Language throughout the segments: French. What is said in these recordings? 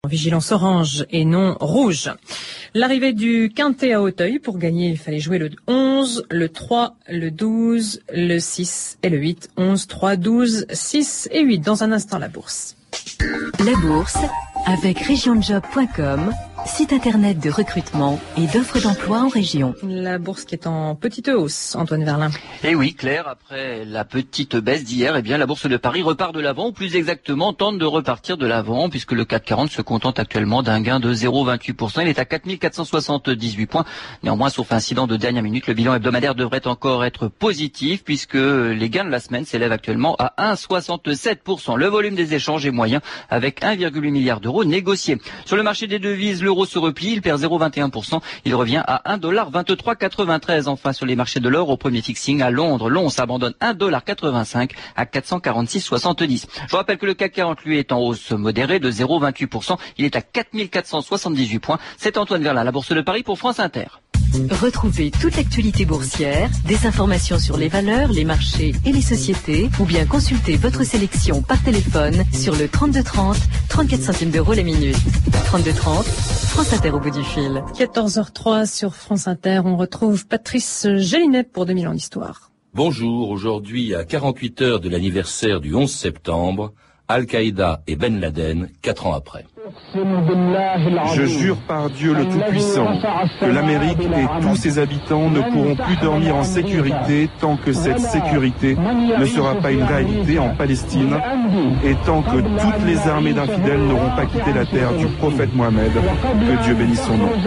vigilance orange et non rouge. L'arrivée du quintet à Auteuil. Pour gagner, il fallait jouer le 11, le 3, le 12, le 6 et le 8. 11, 3, 12, 6 et 8. Dans un instant, la bourse. La bourse avec regionjob.com, site internet de recrutement et d'offres d'emploi en région. La bourse qui est en petite hausse, Antoine Verlin. Et oui, Claire, après la petite baisse d'hier, eh bien, la bourse de Paris repart de l'avant, ou plus exactement, tente de repartir de l'avant, puisque le CAC 40 se contente actuellement d'un gain de 0,28%. Il est à 4478 points. Néanmoins, sauf incident de dernière minute, le bilan hebdomadaire devrait encore être positif, puisque les gains de la semaine s'élèvent actuellement à 1,67%. Le volume des échanges est moyen, avec 1,8 milliard d'euros négociés. Sur le marché des devises, l'euro se replie, il perd 0,21%. Il revient à 1,2393. Enfin, sur les marchés de l'or, au premier fixing à Londres, l'once abandonne 1,85$ à 446,70. Je rappelle que le CAC 40, lui, est en hausse modérée de 0,28%. Il est à 4478 points. C'est Antoine Verlin, la Bourse de Paris pour France Inter. Retrouvez toute l'actualité boursière, des informations sur les valeurs, les marchés et les sociétés, ou bien consultez votre sélection par téléphone sur le 3230, 34 centimes d'euros la minute. 3230, France Inter au bout du fil. 14h03 sur France Inter, on retrouve Patrice Gélinet pour 2000 ans d'histoire. Bonjour, aujourd'hui à 48 heures de l'anniversaire du 11 septembre, Al-Qaïda et Ben Laden, 4 ans après. Je jure par Dieu le Tout-Puissant que l'Amérique et tous ses habitants ne pourront plus dormir en sécurité tant que cette sécurité ne sera pas une réalité en Palestine et tant que toutes les armées d'infidèles n'auront pas quitté la terre du prophète Mohammed. Que Dieu bénisse son nom.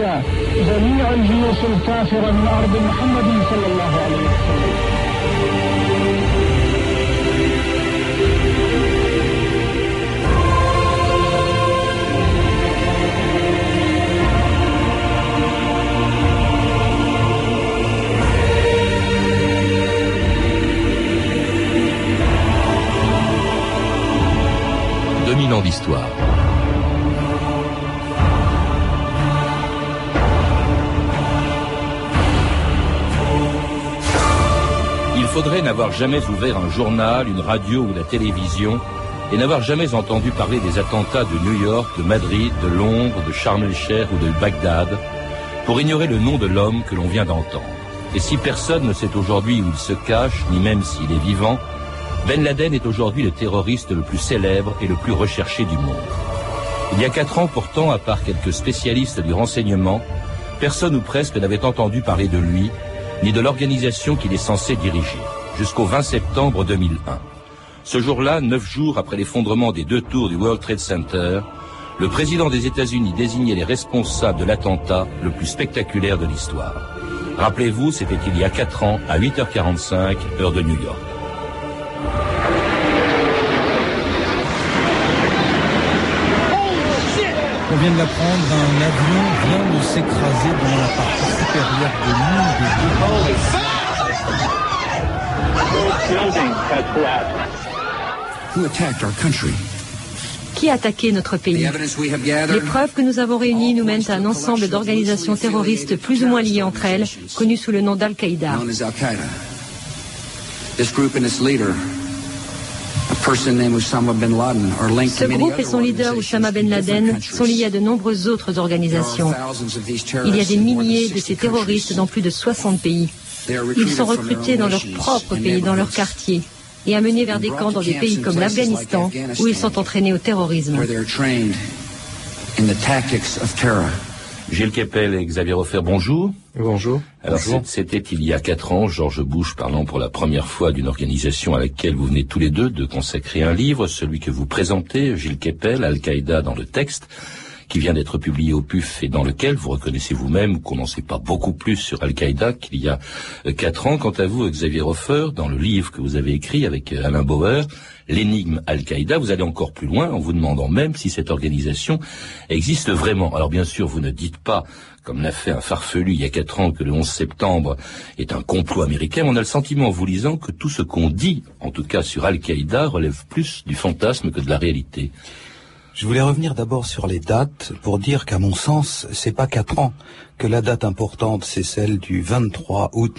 Ans d'histoire. Il faudrait n'avoir jamais ouvert un journal, une radio ou la télévision et n'avoir jamais entendu parler des attentats de New York, de Madrid, de Londres, de Sharm el-Sheikh ou de Bagdad pour ignorer le nom de l'homme que l'on vient d'entendre. Et si personne ne sait aujourd'hui où il se cache, ni même s'il est vivant, Ben Laden est aujourd'hui le terroriste le plus célèbre et le plus recherché du monde. Il y a 4 ans pourtant, à part quelques spécialistes du renseignement, personne ou presque n'avait entendu parler de lui, ni de l'organisation qu'il est censé diriger, jusqu'au 20 septembre 2001. Ce jour-là, 9 jours après l'effondrement des 2 tours du World Trade Center, le président des États-Unis désignait les responsables de l'attentat le plus spectaculaire de l'histoire. Rappelez-vous, c'était il y a 4 ans, à 8h45, heure de New York. On vient de l'apprendre, un avion vient de s'écraser dans la partie supérieure de l'île de Qui a attaqué notre pays? Les preuves que nous avons réunies nous mènent à un ensemble d'organisations terroristes plus ou moins liées entre elles, connues sous le nom d'Al-Qaïda. Ce groupe et son leader Oussama Ben Laden sont liés à de nombreuses autres organisations. Il y a des milliers de ces terroristes dans plus de 60 pays. Ils sont recrutés dans leur propre pays, dans leur quartier, et amenés vers des camps dans des pays comme l'Afghanistan, où ils sont entraînés au terrorisme. Gilles Kepel et Xavier Hofer, bonjour. Bonjour. Alors, c'était il y a 4 ans, George Bush parlant pour la première fois d'une organisation à laquelle vous venez tous les deux de consacrer un livre, celui que vous présentez, Gilles Kepel, Al-Qaïda dans le texte, qui vient d'être publié au PUF et dans lequel vous reconnaissez vous-même qu'on n'en sait pas beaucoup plus sur Al-Qaïda qu'il y a 4 ans. Quant à vous, Xavier Hofer, dans le livre que vous avez écrit avec Alain Bauer, L'énigme Al-Qaïda, vous allez encore plus loin en vous demandant même si cette organisation existe vraiment. Alors bien sûr, vous ne dites pas, comme l'a fait un farfelu il y a 4 ans, que le 11 septembre est un complot américain. On a le sentiment en vous lisant que tout ce qu'on dit, en tout cas sur Al-Qaïda, relève plus du fantasme que de la réalité. Je voulais revenir d'abord sur les dates pour dire qu'à mon sens, c'est pas 4 ans. Que la date importante, c'est celle du 23 août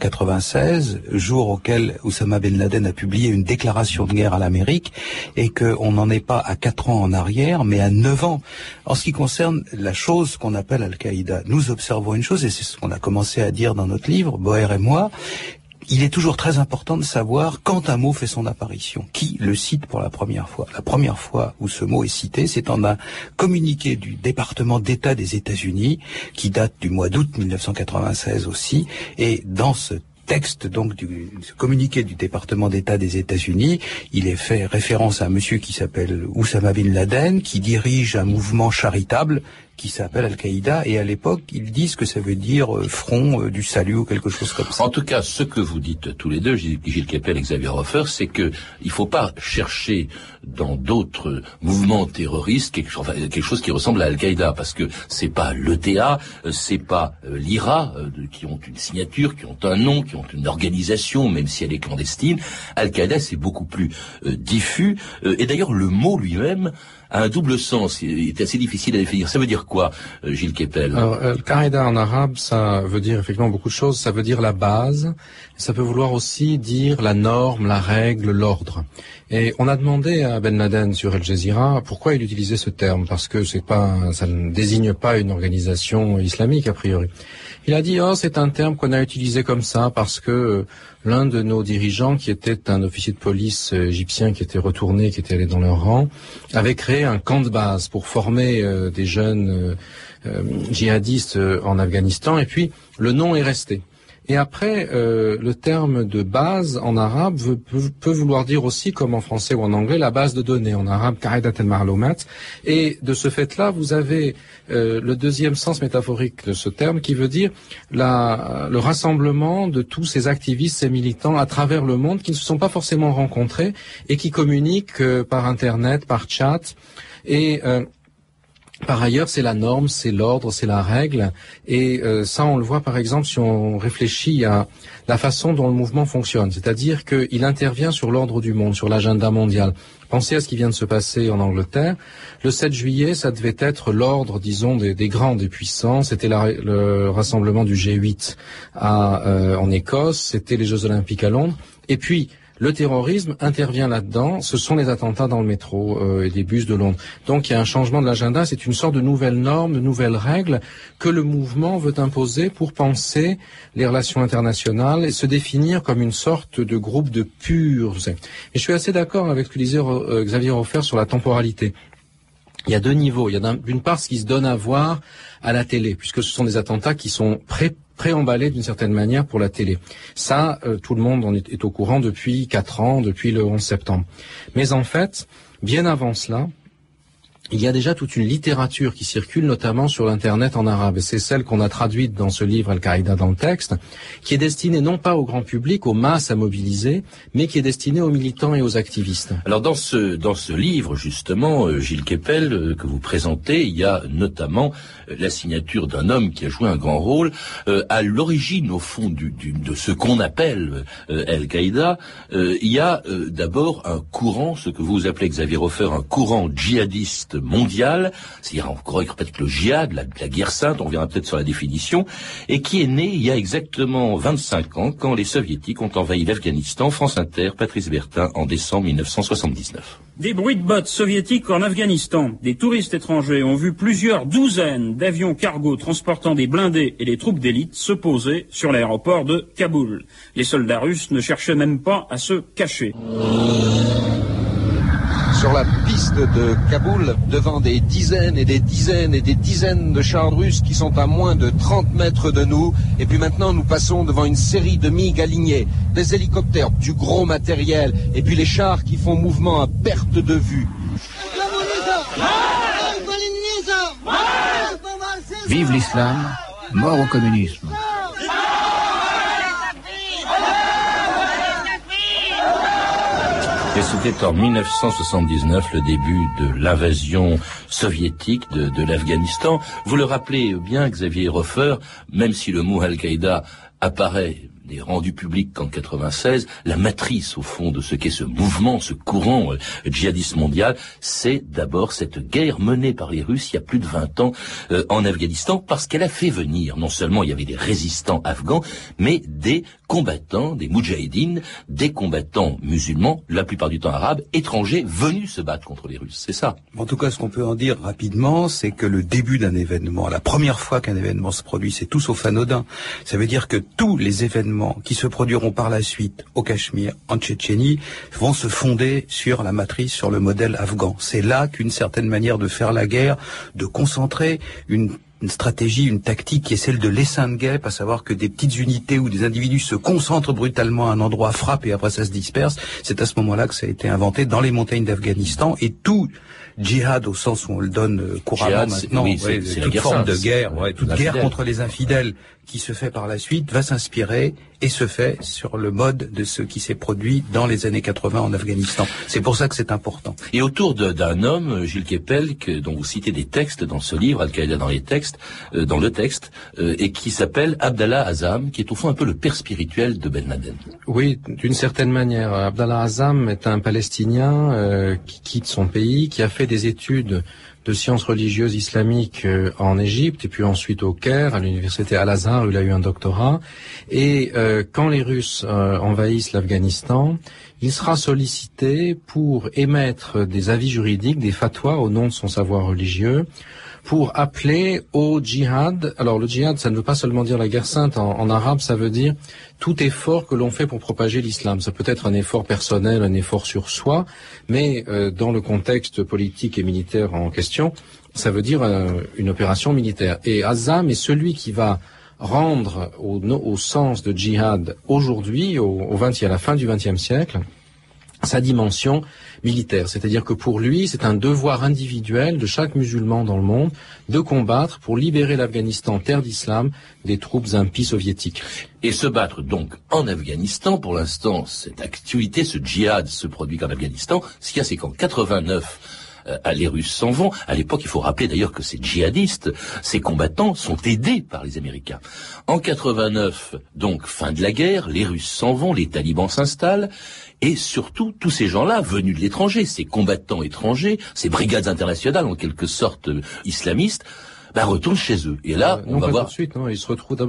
1996, jour auquel Oussama Ben Laden a publié une déclaration de guerre à l'Amérique, et qu'on n'en est pas à 4 ans en arrière, mais à 9 ans. En ce qui concerne la chose qu'on appelle Al-Qaïda, nous observons une chose, et c'est ce qu'on a commencé à dire dans notre livre, Boer et moi. Il est toujours très important de savoir quand un mot fait son apparition, qui le cite pour la première fois. La première fois où ce mot est cité, c'est dans un communiqué du département d'État des États-Unis, qui date du mois d'août 1996 aussi, et dans ce texte donc du communiqué du département d'État des États-Unis, il est fait référence à un monsieur qui s'appelle Oussama Bin Laden, qui dirige un mouvement charitable qui s'appelle Al-Qaïda, et à l'époque, ils disent que ça veut dire front du salut ou quelque chose comme ça. En tout cas, ce que vous dites tous les deux, Gilles Kepel et Xavier Hofer, c'est que il faut pas chercher dans d'autres mouvements terroristes quelque chose qui ressemble à Al-Qaïda, parce que c'est pas l'ETA, c'est pas l'IRA, qui ont une signature, qui ont un nom, qui ont une organisation, même si elle est clandestine. Al-Qaïda, c'est beaucoup plus diffus, et d'ailleurs, le mot lui-même a un double sens, il est assez difficile à définir. Ça veut dire quoi, Gilles Kepel? Alors, Al-Qaïda en arabe, ça veut dire effectivement beaucoup de choses. Ça veut dire la base, ça peut vouloir aussi dire la norme, la règle, l'ordre. Et on a demandé à Ben Laden sur Al Jazeera pourquoi il utilisait ce terme, parce que ça ne désigne pas une organisation islamique a priori. Il a dit, c'est un terme qu'on a utilisé comme ça parce que l'un de nos dirigeants, qui était un officier de police égyptien qui était retourné, qui était allé dans leur rang, avait créé un camp de base pour former des jeunes djihadistes en Afghanistan, et puis le nom est resté. Et après, le terme de base en arabe peut vouloir dire aussi, comme en français ou en anglais, la base de données. En arabe, qa'idat al-ma'loumat. Et de ce fait-là, vous avez le deuxième sens métaphorique de ce terme, qui veut dire le rassemblement de tous ces activistes, ces militants à travers le monde, qui ne se sont pas forcément rencontrés et qui communiquent par Internet, par chat. Et par ailleurs, c'est la norme, c'est l'ordre, c'est la règle, et ça on le voit par exemple si on réfléchit à la façon dont le mouvement fonctionne, c'est-à-dire qu'il intervient sur l'ordre du monde, sur l'agenda mondial. Pensez à ce qui vient de se passer en Angleterre. Le 7 juillet, ça devait être l'ordre, disons, des grands, des puissants. C'était le rassemblement du G8 en Écosse, c'était les Jeux Olympiques à Londres, et puis le terrorisme intervient là-dedans, ce sont les attentats dans le métro et des bus de Londres. Donc il y a un changement de l'agenda, c'est une sorte de nouvelle norme, de nouvelles règles que le mouvement veut imposer pour penser les relations internationales et se définir comme une sorte de groupe de purs. Et je suis assez d'accord avec ce que disait Xavier Hofer sur la temporalité. Il y a deux niveaux. Il y a d'une part ce qui se donne à voir à la télé, puisque ce sont des attentats qui sont préemballés d'une certaine manière pour la télé. Ça, tout le monde en est au courant depuis 4 ans, depuis le 11 septembre. Mais en fait, bien avant cela, il y a déjà toute une littérature qui circule, notamment sur l'Internet en arabe. Et c'est celle qu'on a traduite dans ce livre, Al-Qaïda dans le texte, qui est destinée non pas au grand public, aux masses à mobiliser, mais qui est destinée aux militants et aux activistes. Alors dans ce livre, justement, Gilles Kepel, que vous présentez, il y a notamment la signature d'un homme qui a joué un grand rôle. À l'origine, au fond, de ce qu'on appelle Al-Qaïda, il y a d'abord un courant, ce que vous appelez, Xavier Hofer, un courant djihadiste mondial, c'est-à-dire encore peut-être le djihad, la guerre sainte, on reviendra peut-être sur la définition, et qui est né il y a exactement 25 ans, quand les soviétiques ont envahi l'Afghanistan. France Inter, Patrice Bertin, en décembre 1979. Des bruits de bottes soviétiques en Afghanistan. Des touristes étrangers ont vu plusieurs douzaines d'avions cargo transportant des blindés et des troupes d'élite se poser sur l'aéroport de Kaboul. Les soldats russes ne cherchaient même pas à se cacher. Sur la piste de Kaboul, devant des dizaines et des dizaines et des dizaines de chars russes qui sont à moins de 30 mètres de nous. Et puis maintenant, nous passons devant une série de MiG alignés, des hélicoptères, du gros matériel, et puis les chars qui font mouvement à perte de vue. Vive l'islam, mort au communisme. Et c'était en 1979 le début de l'invasion soviétique de l'Afghanistan. Vous le rappelez bien, Xavier Hofer, même si le mot Al-Qaïda apparaît n'est rendu public qu'en 96, la matrice au fond de ce qu'est ce mouvement, ce courant djihadiste mondial, c'est d'abord cette guerre menée par les Russes il y a plus de 20 ans en Afghanistan, parce qu'elle a fait venir, non seulement il y avait des résistants afghans, mais des combattants, des moudjahidines, des combattants musulmans, la plupart du temps arabes, étrangers, venus se battre contre les Russes. C'est ça. En tout cas, ce qu'on peut en dire rapidement, c'est que le début d'un événement, la première fois qu'un événement se produit, c'est tout sauf anodin. Ça veut dire que tous les événements qui se produiront par la suite au Cachemire, en Tchétchénie, vont se fonder sur la matrice, sur le modèle afghan. C'est là qu'une certaine manière de faire la guerre, de concentrer une stratégie, une tactique qui est celle de l'essaim de guêpe, à savoir que des petites unités ou des individus se concentrent brutalement à un endroit, frappent et après ça se disperse. C'est à ce moment-là que ça a été inventé dans les montagnes d'Afghanistan, et tout djihad au sens où on le donne couramment djihad, maintenant, c'est toute forme de guerre, toute guerre fidèle contre les infidèles qui se fait par la suite va s'inspirer et se fait sur le mode de ce qui s'est produit dans les années 80 en Afghanistan. C'est pour ça que c'est important. Et autour d'un homme, Gilles Kepel, dont vous citez des textes dans ce livre, Al-Qaïda dans les textes, dans le texte, et qui s'appelle Abdallah Azzam, qui est au fond un peu le père spirituel de Ben Laden. Oui, d'une certaine manière. Abdallah Azzam est un Palestinien qui quitte son pays, qui a fait des études de sciences religieuses islamiques en Égypte et puis ensuite au Caire, à l'université Al-Azhar, où il a eu un doctorat. Et quand les Russes envahissent l'Afghanistan, il sera sollicité pour émettre des avis juridiques, des fatwas au nom de son savoir religieux, pour appeler au djihad. Alors le djihad, ça ne veut pas seulement dire la guerre sainte. En arabe, ça veut dire tout effort que l'on fait pour propager l'islam. Ça peut être un effort personnel, un effort sur soi, mais dans le contexte politique et militaire en question, ça veut dire une opération militaire. Et Azzam est celui qui va rendre au sens de djihad aujourd'hui, à la fin du XXe siècle, sa dimension militaire. C'est-à-dire que pour lui, c'est un devoir individuel de chaque musulman dans le monde de combattre pour libérer l'Afghanistan, terre d'islam, des troupes impies soviétiques. Et se battre donc en Afghanistan. Pour l'instant, cette activité, ce djihad se produit qu'en Afghanistan. Ce qu'il y a, c'est qu'en 89, les Russes s'en vont. À l'époque, il faut rappeler d'ailleurs que ces djihadistes, ces combattants, sont aidés par les Américains. En 89, donc fin de la guerre, les Russes s'en vont, les talibans s'installent, et surtout tous ces gens-là venus de l'étranger, ces combattants étrangers, ces brigades internationales en quelque sorte islamistes, retournent chez eux. Et là, on va voir. Tout de suite, non,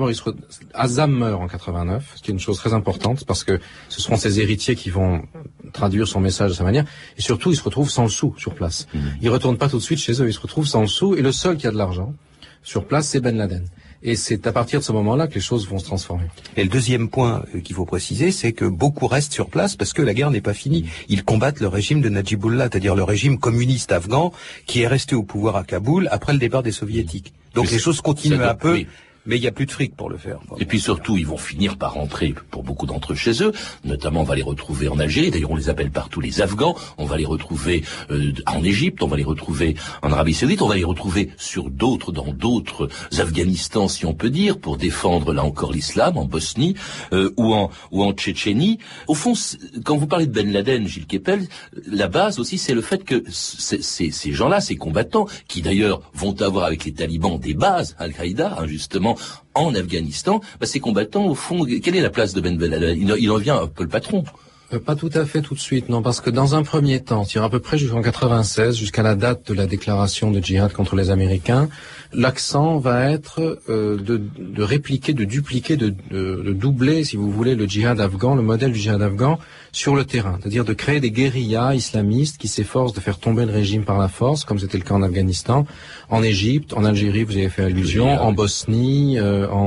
Azzam meurt en 89, ce qui est une chose très importante parce que ce seront ses héritiers qui vont traduire son message de sa manière. Et surtout, il se retrouve sans le sou sur place. Ils retournent pas tout de suite chez eux, ils se retrouvent sans le sou. Et le seul qui a de l'argent sur place, c'est Ben Laden. Et c'est à partir de ce moment-là que les choses vont se transformer. Et le deuxième point qu'il faut préciser, c'est que beaucoup restent sur place parce que la guerre n'est pas finie. Ils combattent le régime de Najibullah, c'est-à-dire le régime communiste afghan qui est resté au pouvoir à Kaboul après le départ des soviétiques. Donc les choses continuent un peu. Mais il n'y a plus de fric pour le faire. Et puis surtout, ils vont finir par rentrer, pour beaucoup d'entre eux, chez eux. Notamment, on va les retrouver en Algérie. D'ailleurs, on les appelle partout les Afghans. On va les retrouver en Égypte. On va les retrouver en Arabie Saoudite. On va les retrouver dans d'autres Afghanistan, si on peut dire, pour défendre, là encore, l'islam, en Bosnie ou en Tchétchénie. Au fond, quand vous parlez de Ben Laden, Gilles Kepel, la base aussi, c'est le fait que ces gens-là, ces combattants, qui d'ailleurs vont avoir avec les talibans des bases, Al-Qaïda, justement, en Afghanistan, ces combattants, au fond, quelle est la place de Ben Laden ? Il en vient un peu le patron. Pas tout à fait tout de suite, non, parce que dans un premier temps, c'est à peu près jusqu'en 96, jusqu'à la date de la déclaration de djihad contre les Américains, l'accent va être de répliquer, de dupliquer, de doubler, si vous voulez, le djihad afghan, le modèle du djihad afghan sur le terrain, c'est-à-dire de créer des guérillas islamistes qui s'efforcent de faire tomber le régime par la force, comme c'était le cas en Afghanistan, en Égypte, en Algérie, vous avez fait allusion, en Bosnie,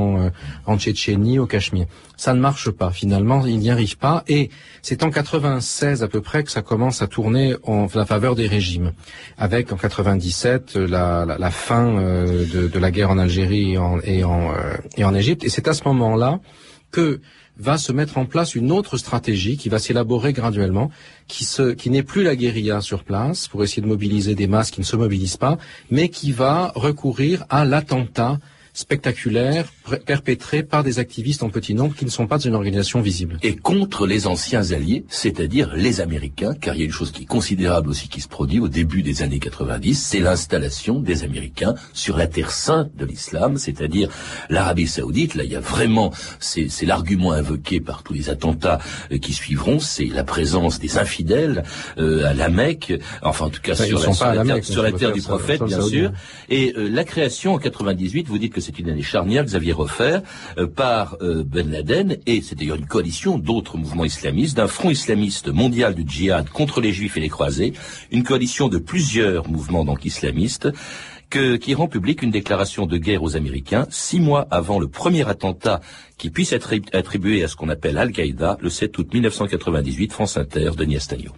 en Tchétchénie, au Cachemire. Ça ne marche pas, finalement, il n'y arrive pas, et c'est en 96 à peu près que ça commence à tourner en la faveur des régimes, avec en 97 la fin de la guerre en Algérie et en Égypte, et c'est à ce moment-là que va se mettre en place une autre stratégie qui va s'élaborer graduellement, qui n'est plus la guérilla sur place pour essayer de mobiliser des masses qui ne se mobilisent pas, mais qui va recourir à l'attentat spectaculaires perpétrés par des activistes en petit nombre qui ne sont pas d'une organisation visible. Et contre les anciens alliés, c'est-à-dire les Américains, car il y a une chose qui est considérable aussi qui se produit au début des années 90, c'est l'installation des Américains sur la terre sainte de l'islam, c'est-à-dire l'Arabie Saoudite. Là, il y a vraiment, c'est l'argument invoqué par tous les attentats qui suivront, c'est la présence des infidèles à la Mecque, enfin en tout cas sur la terre du prophète, bien sûr. Et la création en 98, vous dites que c'est une année charnière, Xavier Refer, par Ben Laden, et c'est d'ailleurs une coalition d'autres mouvements islamistes, d'un front islamiste mondial du djihad contre les juifs et les croisés, une coalition de plusieurs mouvements donc islamistes, qui rend publique une déclaration de guerre aux Américains 6 mois avant le premier attentat qui puisse être attribué à ce qu'on appelle Al-Qaïda, le 7 août 1998, France Inter, Denis Astagno.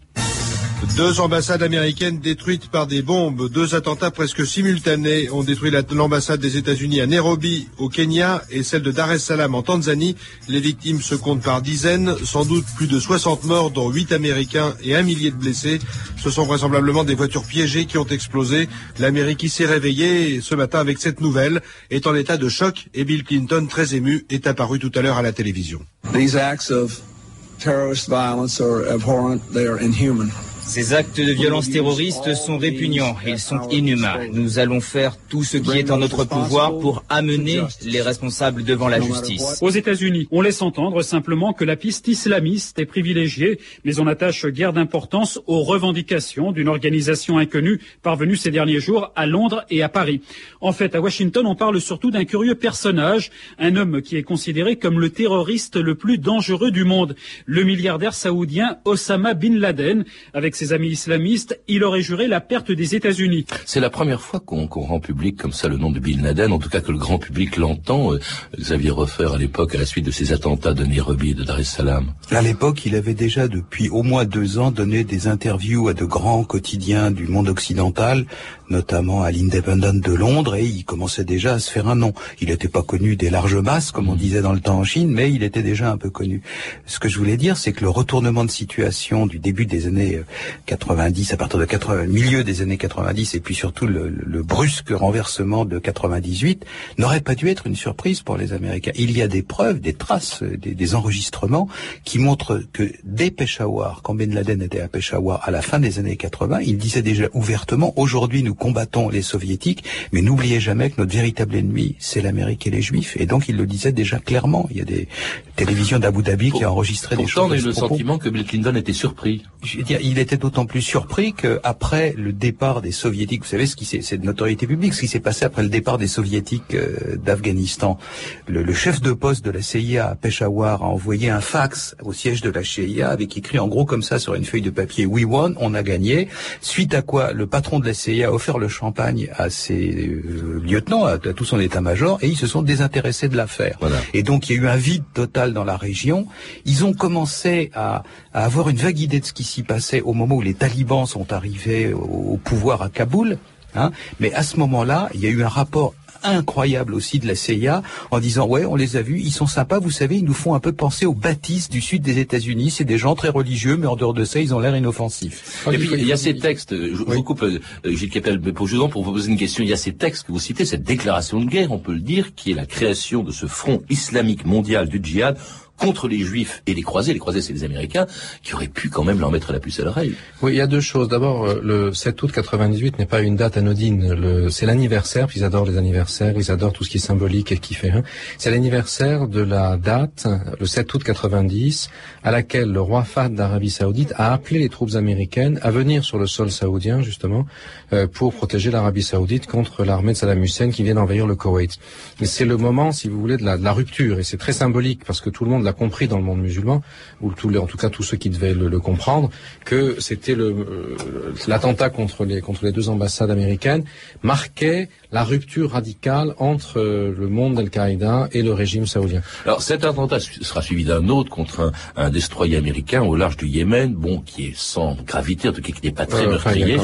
2 ambassades américaines détruites par des bombes. 2 attentats presque simultanés ont détruit l'ambassade des États-Unis à Nairobi, au Kenya, et celle de Dar es Salaam en Tanzanie. Les victimes se comptent par dizaines, sans doute plus de 60 morts, dont 8 Américains et 1 millier de blessés. Ce sont vraisemblablement des voitures piégées qui ont explosé. L'Amérique qui s'est réveillée ce matin avec cette nouvelle est en état de choc, et Bill Clinton, très ému, est apparu tout à l'heure à la télévision. These acts of terrorist violence are abhorrent, they are inhuman. Ces actes de violence terroriste sont répugnants, ils sont inhumains. Nous allons faire tout ce qui est en notre pouvoir pour amener les responsables devant la justice. Aux États-Unis, on laisse entendre simplement que la piste islamiste est privilégiée, mais on attache guère d'importance aux revendications d'une organisation inconnue parvenue ces derniers jours à Londres et à Paris. En fait, à Washington, on parle surtout d'un curieux personnage, un homme qui est considéré comme le terroriste le plus dangereux du monde, le milliardaire saoudien Osama Bin Laden. Avec ses amis islamistes, il aurait juré la perte des États-Unis. C'est la première fois qu'on rend public comme ça le nom de Bin Laden, en tout cas que le grand public l'entend. Xavier Refer, à l'époque, à la suite de ces attentats de Nairobi et de Dar es Salaam. À l'époque, il avait déjà depuis au moins 2 ans donné des interviews à de grands quotidiens du monde occidental, notamment à l'Independent de Londres, et il commençait déjà à se faire un nom. Il n'était pas connu des larges masses, comme on disait dans le temps en Chine, mais il était déjà un peu connu. Ce que je voulais dire, c'est que le retournement de situation du début des années 90, à partir de milieu des années 90, et puis surtout le brusque renversement de 98, n'aurait pas dû être une surprise pour les Américains. Il y a des preuves, des traces, des enregistrements qui montrent que dès Peshawar, quand Ben Laden était à Peshawar à la fin des années 80, il disait déjà ouvertement, aujourd'hui nous combattons les soviétiques, mais n'oubliez jamais que notre véritable ennemi, c'est l'Amérique et les Juifs. Et donc il le disait déjà clairement. Il y a des télévisions d'Abu Dhabi qui a enregistré des choses. Pourtant, on a eu le sentiment que Bill Clinton était surpris. Je veux dire, il était d'autant plus surpris qu'après le départ des soviétiques, vous savez c'est de notoriété publique, ce qui s'est passé après le départ des soviétiques d'Afghanistan. Le chef de poste de la CIA à Peshawar a envoyé un fax au siège de la CIA avec écrit en gros comme ça sur une feuille de papier: "We won", on a gagné. Suite à quoi le patron de la CIA a offert le champagne à ses lieutenants, à tout son état-major, et ils se sont désintéressés de l'affaire. Voilà. Et donc il y a eu un vide total dans la région. Ils ont commencé à avoir une vague idée de ce qui s'y passait au moment où les talibans sont arrivés au pouvoir à Kaboul. Mais à ce moment-là, il y a eu un rapport incroyable aussi de la CIA en disant: ouais, on les a vus, ils sont sympas, vous savez, ils nous font un peu penser aux baptistes du sud des États-Unis, c'est des gens très religieux, mais en dehors de ça, ils ont l'air inoffensifs. Et puis il y a ces textes, je vous coupe, Gilles Kepel, mais pour vous poser une question, il y a ces textes que vous citez, cette déclaration de guerre, on peut le dire, qui est la création de ce front islamique mondial du djihad contre les Juifs et les croisés. Les croisés, c'est les Américains qui auraient pu quand même leur mettre la puce à l'oreille. Oui, il y a 2 choses. D'abord, le 7 août 98 n'est pas une date anodine. C'est l'anniversaire, puis ils adorent les anniversaires, ils adorent tout ce qui est symbolique et qui fait. C'est l'anniversaire de la date, le 7 août 90, à laquelle le roi Fahd d'Arabie Saoudite a appelé les troupes américaines à venir sur le sol saoudien, justement, pour protéger l'Arabie Saoudite contre l'armée de Saddam Hussein qui vient d'envahir le Koweït. Et c'est le moment, si vous voulez, de la rupture, et c'est très symbolique parce que tout le monde l'a compris dans le monde musulman, ou en tout cas tous ceux qui devaient le comprendre, que c'était l'attentat contre les 2 ambassades américaines marquait la rupture radicale entre le monde d'Al-Qaïda et le régime saoudien. Alors cet attentat sera suivi d'un autre contre un destroyer américain au large du Yémen, qui est sans gravité, en tout cas qui n'est pas très meurtrier,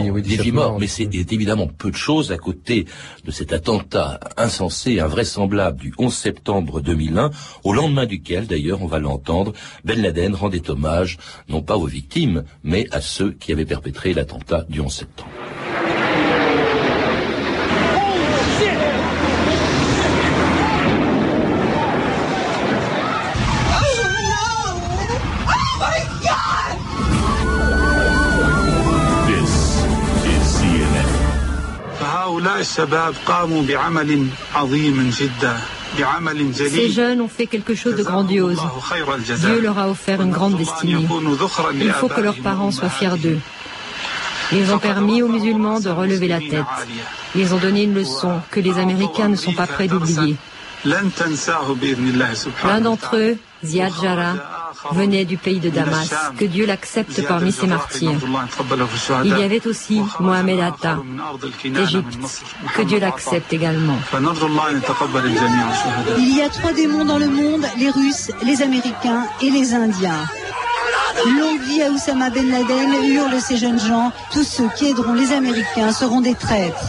18 morts, mais c'est évidemment peu de choses à côté de cet attentat insensé, invraisemblable du 11 septembre 2001, au lendemain duquel, d'ailleurs, on va l'entendre, Ben Laden rendait hommage, non pas aux victimes, mais à ceux qui avaient perpétré l'attentat du 11 septembre. Ces jeunes ont fait quelque chose de grandiose. Dieu leur a offert une grande destinée. Il faut que leurs parents soient fiers d'eux. Ils ont permis aux musulmans de relever la tête. Ils ont donné une leçon que les Américains ne sont pas prêts d'oublier. L'un d'entre eux, Ziad Jarrah, venait du pays de Damas. Que Dieu l'accepte parmi ses martyrs. Il y avait aussi Mohamed Atta, d'Égypte. Que Dieu l'accepte également. Il y a 3 démons dans le monde, les Russes, les Américains et les Indiens. Longue vie à Oussama Ben Laden, hurlent ces jeunes gens. Tous ceux qui aideront les Américains seront des traîtres.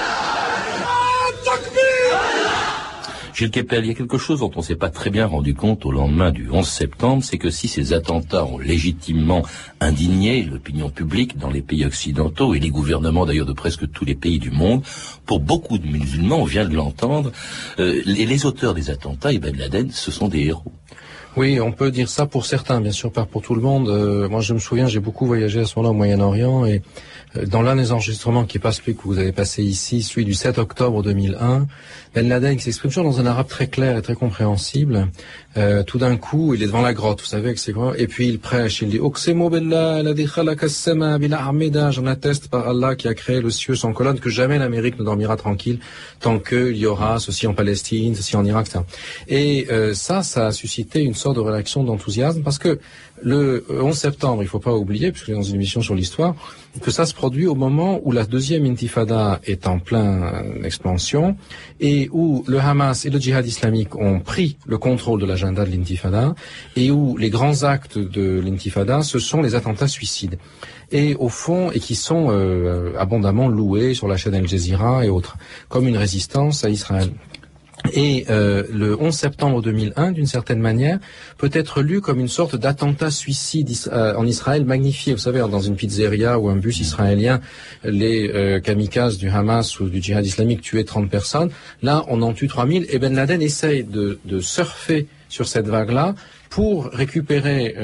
Gilles Kepel, il y a quelque chose dont on ne s'est pas très bien rendu compte au lendemain du 11 septembre, c'est que si ces attentats ont légitimement indigné l'opinion publique dans les pays occidentaux et les gouvernements d'ailleurs de presque tous les pays du monde, pour beaucoup de musulmans, on vient de l'entendre, les auteurs des attentats et Ben Laden, ce sont des héros. Oui, on peut dire ça pour certains, bien sûr, pas pour tout le monde. Moi, je me souviens, j'ai beaucoup voyagé à ce moment-là au Moyen-Orient et dans l'un des enregistrements qui est pas celui que vous avez passé ici, celui du 7 octobre 2001, Ben Laden s'exprime toujours dans un arabe très clair et très compréhensible. Tout d'un coup, il est devant la grotte, vous savez, avec ses grands, et puis il prêche, il dit Oksemo billah alladhi khalaqa as-sama bila ahmeda, j'en atteste par Allah qui a créé le ciel sans colonne, que jamais l'Amérique ne dormira tranquille tant qu'il y aura ceci en Palestine, ceci en Irak, etc. Et ça a suscité une sorte de réaction d'enthousiasme parce que le 11 septembre, il ne faut pas oublier, puisque c'est dans une émission sur l'histoire, que ça se produit au moment où la deuxième intifada est en pleine expansion et où le Hamas et le djihad islamique ont pris le contrôle de l'agenda de l'intifada et où les grands actes de l'intifada, ce sont les attentats suicides. Et au fond, et qui sont abondamment loués sur la chaîne Al Jazeera et autres, comme une résistance à Israël. Et le 11 septembre 2001, d'une certaine manière, peut être lu comme une sorte d'attentat suicide en Israël magnifié. Vous savez, dans une pizzeria ou un bus israélien, les kamikazes du Hamas ou du djihad islamique tuaient 30 personnes. Là, on en tue 3000 et Ben Laden essaye de surfer sur cette vague-là pour récupérer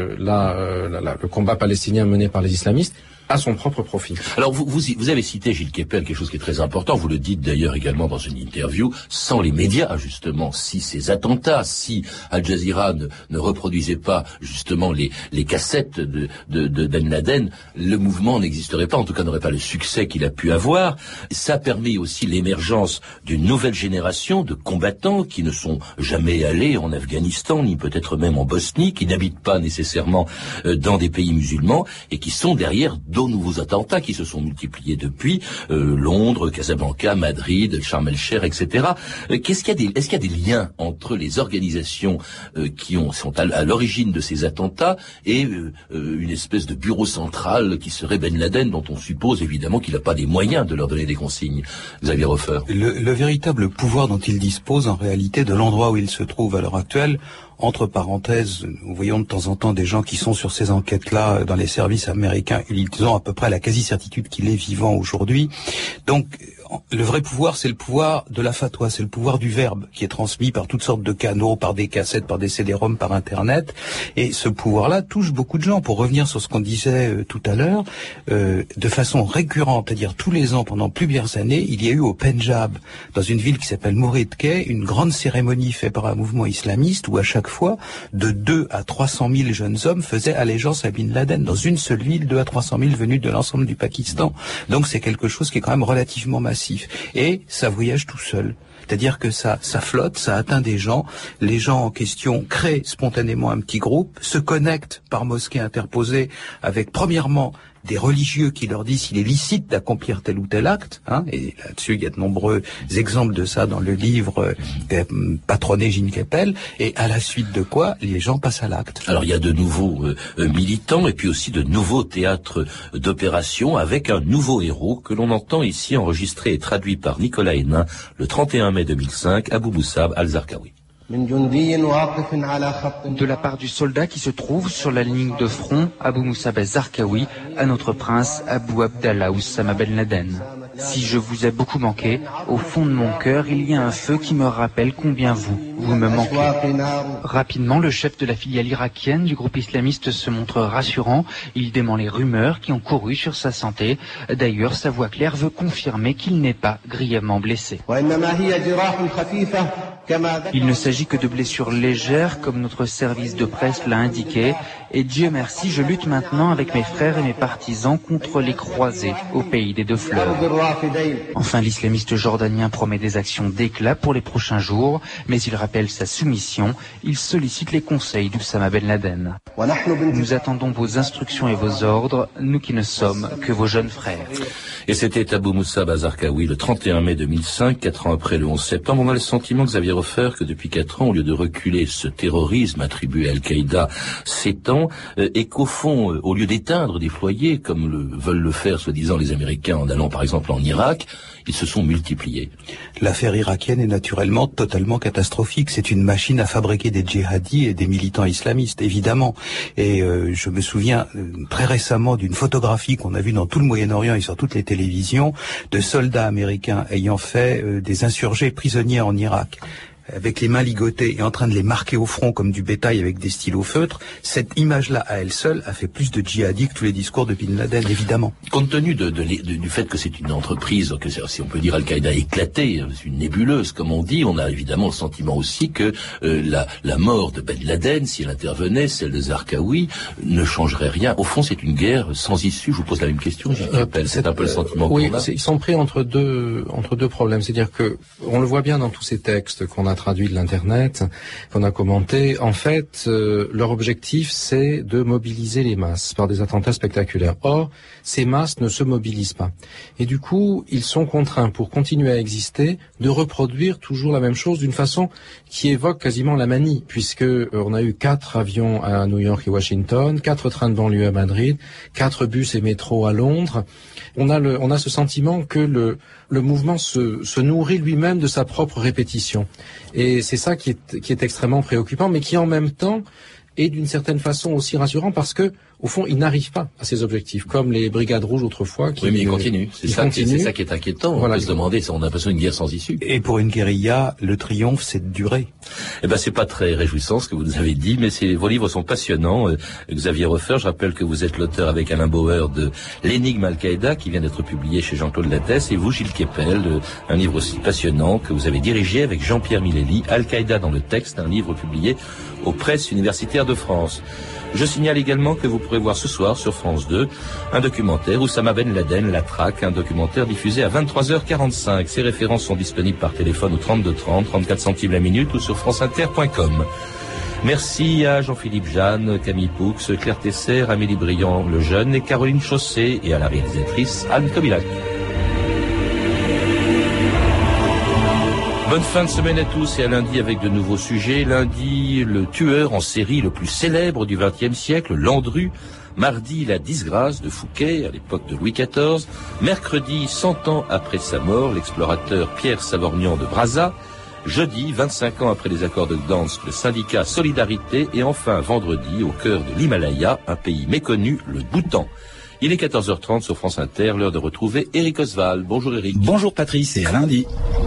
le combat palestinien mené par les islamistes à son propre profit. Alors vous avez cité, Gilles Kepel, quelque chose qui est très important, vous le dites d'ailleurs également dans une interview, sans les médias justement, si ces attentats, si Al Jazeera ne reproduisait pas justement les cassettes de Ben Laden, le mouvement n'existerait pas, en tout cas n'aurait pas le succès qu'il a pu avoir. Ça a permis aussi l'émergence d'une nouvelle génération de combattants qui ne sont jamais allés en Afghanistan, ni peut-être même en Bosnie, qui n'habitent pas nécessairement dans des pays musulmans et qui sont derrière d'autres nouveaux attentats qui se sont multipliés depuis Londres, Casablanca, Madrid, Sharm el-Sheikh, etc. Est-ce qu'il y a des liens entre les organisations qui sont à l'origine de ces attentats et une espèce de bureau central qui serait Ben Laden, dont on suppose évidemment qu'il n'a pas les moyens de leur donner des consignes? Xavier Hofer. Le véritable pouvoir dont il dispose en réalité de l'endroit où il se trouve à l'heure actuelle, entre parenthèses, nous voyons de temps en temps des gens qui sont sur ces enquêtes-là dans les services américains, ils ont à peu près la quasi-certitude qu'il est vivant aujourd'hui. Donc, le vrai pouvoir, c'est le pouvoir de la fatwa, c'est le pouvoir du verbe qui est transmis par toutes sortes de canaux, par des cassettes, par des CD-ROM, par Internet. Et ce pouvoir-là touche beaucoup de gens. Pour revenir sur ce qu'on disait tout à l'heure, de façon récurrente, c'est-à-dire tous les ans, pendant plusieurs années, il y a eu au Pendjab, dans une ville qui s'appelle Mouridkeh, une grande cérémonie faite par un mouvement islamiste où à chaque fois, de 2 à 300 000 jeunes hommes faisaient allégeance à Bin Laden. Dans une seule ville, 2 à 300 000 venus de l'ensemble du Pakistan. Donc c'est quelque chose qui est quand même relativement massif. Et ça voyage tout seul. C'est-à-dire que ça flotte, ça atteint des gens. Les gens en question créent spontanément un petit groupe, se connectent par mosquée interposée avec, premièrement, des religieux qui leur disent qu'il est licite d'accomplir tel ou tel acte, et là-dessus il y a de nombreux exemples de ça dans le livre patronné Gilles Kepel, et à la suite de quoi les gens passent à l'acte. Alors il y a de nouveaux militants et puis aussi de nouveaux théâtres d'opération avec un nouveau héros que l'on entend ici enregistré et traduit par Nicolas Hénin le 31 mai 2005, Abou Moussab al-Zarqawi. De la part du soldat qui se trouve sur la ligne de front, Abou Moussab al-Zarqawi, à notre prince Abou Abdallah Oussama Ben Laden. Si je vous ai beaucoup manqué, au fond de mon cœur, il y a un feu qui me rappelle combien vous me manquez. Rapidement, le chef de la filiale irakienne du groupe islamiste se montre rassurant. Il dément les rumeurs qui ont couru sur sa santé. D'ailleurs, sa voix claire veut confirmer qu'il n'est pas grièvement blessé. Il ne s'agit que de blessures légères, comme notre service de presse l'a indiqué. Et Dieu merci, je lutte maintenant avec mes frères et mes partisans contre les croisés au pays des deux fleuves. Enfin, l'islamiste jordanien promet des actions d'éclat pour les prochains jours, mais il rappelle sa soumission. Il sollicite les conseils d'Oussama Ben Laden. Nous attendons vos instructions et vos ordres, nous qui ne sommes que vos jeunes frères. Et c'était Abou Moussa Bazarkaoui le 31 mai 2005, 4 ans après le 11 septembre. On a le sentiment, Xavier Hofer, que depuis 4 ans, au lieu de reculer ce terrorisme attribué à Al-Qaïda s'étend, et qu'au fond, au lieu d'éteindre des foyers, comme veulent le faire, soi-disant, les Américains en allant par exemple en Irak, ils se sont multipliés. L'affaire irakienne est naturellement totalement catastrophique. C'est une machine à fabriquer des djihadis et des militants islamistes, évidemment. Et je me souviens très récemment d'une photographie qu'on a vue dans tout le Moyen-Orient et sur toutes les télévisions de soldats américains ayant fait des insurgés prisonniers en Irak, avec les mains ligotées et en train de les marquer au front comme du bétail avec des stylos feutres. Cette image-là, à elle seule, a fait plus de djihadis que tous les discours de Bin Laden, évidemment. Compte tenu du fait que c'est une entreprise, que si on peut dire Al-Qaïda éclatée, c'est une nébuleuse, comme on dit, on a évidemment le sentiment aussi que la mort de Ben Laden, si elle intervenait, celle de Zarqawi, ne changerait rien. Au fond, c'est une guerre sans issue. Je vous pose la même question, c'est un peu le sentiment qu'on a. Ils sont pris entre deux problèmes. C'est-à-dire que, on le voit bien dans tous ces textes qu'on a traduit de l'internet, qu'on a commenté. En fait, leur objectif, c'est de mobiliser les masses par des attentats spectaculaires. Or, ces masses ne se mobilisent pas. Et du coup, ils sont contraints, pour continuer à exister, de reproduire toujours la même chose d'une façon qui évoque quasiment la manie, puisque on a eu 4 avions à New York et Washington, 4 trains de banlieue à Madrid, 4 bus et métros à Londres. On a ce sentiment que le mouvement se nourrit lui-même de sa propre répétition. Et c'est ça qui est extrêmement préoccupant, mais qui en même temps est d'une certaine façon aussi rassurant, parce que au fond, ils n'arrivent pas à ces objectifs, comme les brigades rouges autrefois. Oui, mais ils continuent. C'est ça qui est inquiétant. Voilà. On peut se demander, on a l'impression d'une guerre sans issue. Et pour une guérilla, le triomphe, c'est de durer. Eh ben, c'est pas très réjouissant ce que vous nous avez dit, mais vos livres sont passionnants. Xavier Hofer, je rappelle que vous êtes l'auteur avec Alain Bauer de L'énigme Al-Qaïda, qui vient d'être publié chez Jean-Claude Lattès, et vous, Gilles Kepel, un livre aussi passionnant que vous avez dirigé avec Jean-Pierre Milelli, Al-Qaïda dans le texte, un livre publié aux presses universitaires de France. Je signale également que vous pourrez voir ce soir sur France 2 un documentaire Oussama Ben Laden, la traque, un documentaire diffusé à 23h45. Ces références sont disponibles par téléphone au 32 30, 34 centimes la minute ou sur franceinter.com. Merci à Jean-Philippe Jeanne, Camille Poux, Claire Tesser, Amélie Briand, le jeune, et Caroline Chausset, et à la réalisatrice Anne Kobilac. Bonne fin de semaine à tous et à lundi avec de nouveaux sujets. Lundi, le tueur en série le plus célèbre du XXe siècle, Landru. Mardi, la disgrâce de Fouquet à l'époque de Louis XIV. Mercredi, 100 ans après sa mort, l'explorateur Pierre Savorgnan de Brazza. Jeudi, 25 ans après les accords de Gdansk, le syndicat Solidarité. Et enfin, vendredi, au cœur de l'Himalaya, un pays méconnu, le Bhoutan. Il est 14h30 sur France Inter, l'heure de retrouver Éric Oswald. Bonjour Éric. Bonjour Patrice et à lundi.